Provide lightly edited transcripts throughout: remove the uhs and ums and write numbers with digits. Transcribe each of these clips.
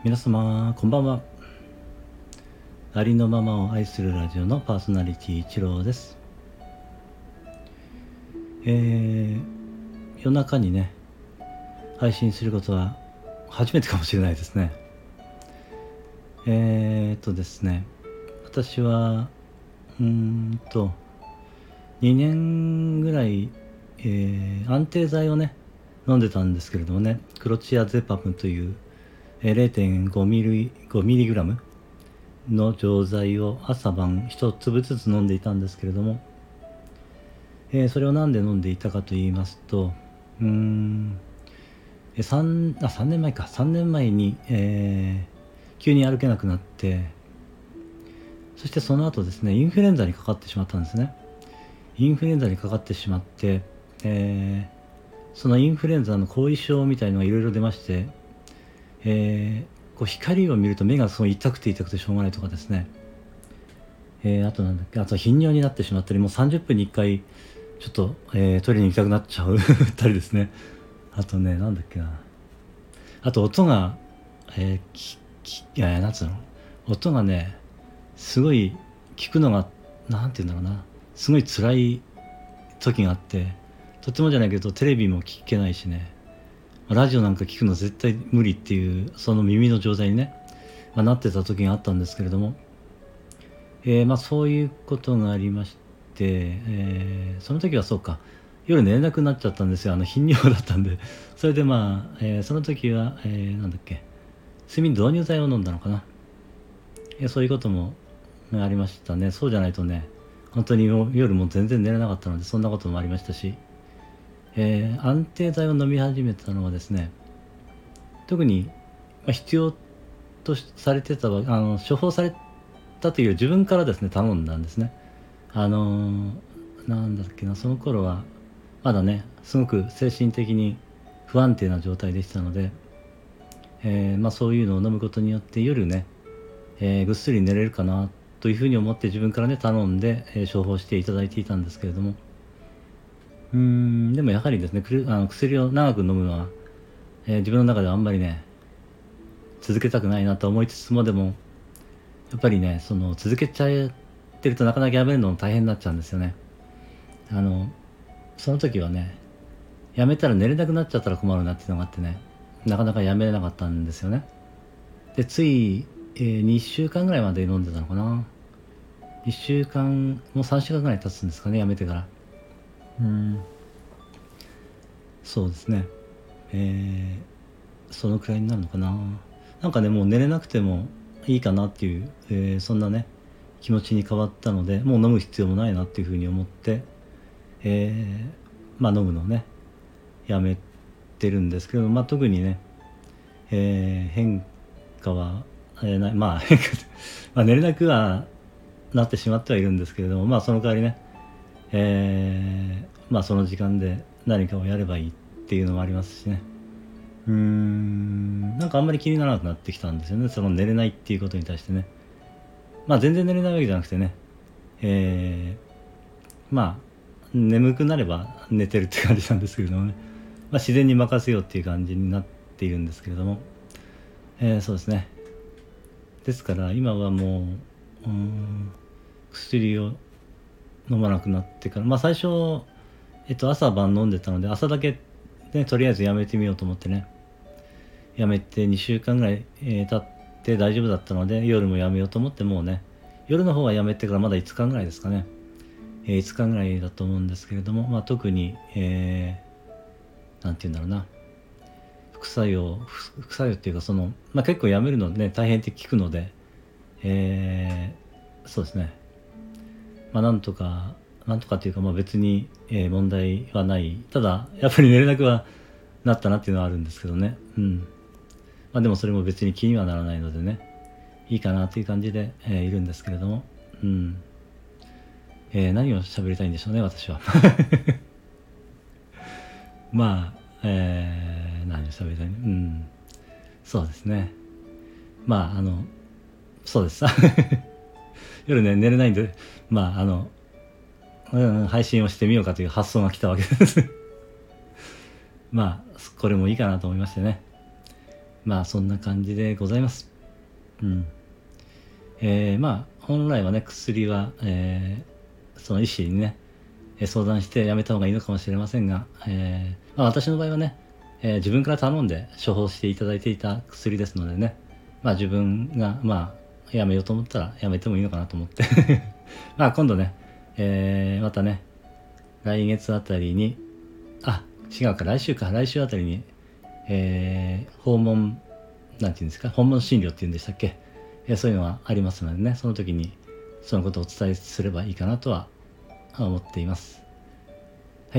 皆様こんばんは。ありのままを愛するラジオのパーソナリティ一郎です。夜中にね配信することは初めてかもしれないですね。ですね、私は2年ぐらい、安定剤をね飲んでたんですけれどもね、クロチアゼパムという、0.5mg の錠剤を朝晩一粒ずつ飲んでいたんですけれども、それをなんで飲んでいたかと言いますと、3年前か3年前に、急に歩けなくなって、そしてその後ですねインフルエンザにかかってしまったんですね。インフルエンザにかかってしまって、そのインフルエンザの後遺症みたいのがいろいろ出まして、こう光を見ると目がすごい痛くてしょうがないとかですね、あと頻尿になってしまったり、もう30分に1回ちょっと、トイレに行きたくなっちゃうたりですね。あとね、あと音が、なんつうの、音がねすごい聞くのがすごい辛い時があって、とてもじゃないけどテレビも聞けないしね、ラジオなんか聞くの絶対無理っていう、その耳の状態にね、なってた時があったんですけれども、そういうことがありまして、その時はそうか、夜寝れなくなっちゃったんですよ。頻尿だったんで。それでその時は、睡眠導入剤を飲んだのかな。そういうこともありましたね。そうじゃないとね本当に夜も全然寝れなかったので、そんなこともありましたし、安定剤を飲み始めたのはですね、特に必要とされてた処方されたという自分からですね頼んだんですね。その頃はまだねすごく精神的に不安定な状態でしたので、そういうのを飲むことによって夜ね、ぐっすり寝れるかなというふうに思って自分からね頼んで、処方していただいていたんですけれども、でもやはりですね薬を長く飲むのは、自分の中ではあんまりね続けたくないなと思いつつも、でもやっぱりね続けちゃってるとなかなかやめるのも大変になっちゃうんですよね。その時はね、やめたら寝れなくなっちゃったら困るなっていうのがあってね、なかなかやめれなかったんですよね。でつい、2週間ぐらいまで飲んでたのかな。1週間もう3週間ぐらい経つんですかね、やめてから。そうですね、そのくらいになるのかな。なんかねもう寝れなくてもいいかなっていう、そんなね気持ちに変わったので、もう飲む必要もないなっていうふうに思って、飲むのをねやめてるんですけど、特にね、変化は、変化寝れなくはなってしまってはいるんですけれども、その代わりね、その時間で何かをやればいいっていうのもありますしね。なんかあんまり気にならなくなってきたんですよね、その寝れないっていうことに対してね。全然寝れないわけじゃなくてね、眠くなれば寝てるって感じなんですけれどもね、自然に任せようっていう感じになっているんですけれども、そうですね。ですから今はもう薬を飲まなくなってから、最初、朝晩飲んでたので、朝だけねとりあえずやめてみようと思ってね、やめて2週間ぐらい、経って大丈夫だったので、夜もやめようと思って、もうね夜の方はやめてからまだ5日ぐらいですかね、5日ぐらいだと思うんですけれども、特に、なんて言うんだろうな、副作用っていうか、結構やめるのね大変って聞くので、そうですね、なんとかっていうか、別に、問題はない。ただやっぱり寝れなくはなったなっていうのはあるんですけどね。でもそれも別に気にはならないのでね、いいかなという感じで、いるんですけれども、何を喋りたいんでしょうね、私は。何を喋りたい、そうですね。そうです。夜ね寝れないんで、配信をしてみようかという発想が来たわけです。これもいいかなと思いましてね、 まあそんな感じでございます。うん。まあ本来はね、薬は、その医師にね、相談してやめた方がいいのかもしれませんが、まあ、私の場合はね、自分から頼んで処方していただいていた薬ですのでね、まあ自分がまあやめようと思ったらやめてもいいのかなと思ってまあ今度ね、またね、来月あたりに、あ、違うか、来週あたりに、訪問、なんていうんですか、訪問診療っていうんでしたっけ、そういうのはありますのでね、その時にそのことをお伝えすればいいかなとは思っています。はい、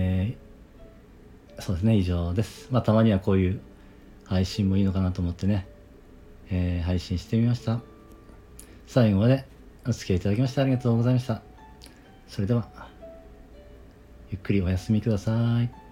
そうですね、以上です。まあたまにはこういう配信もいいのかなと思ってね、配信してみました。最後までお付き合いいただきましてありがとうございました。それではゆっくりお休みください。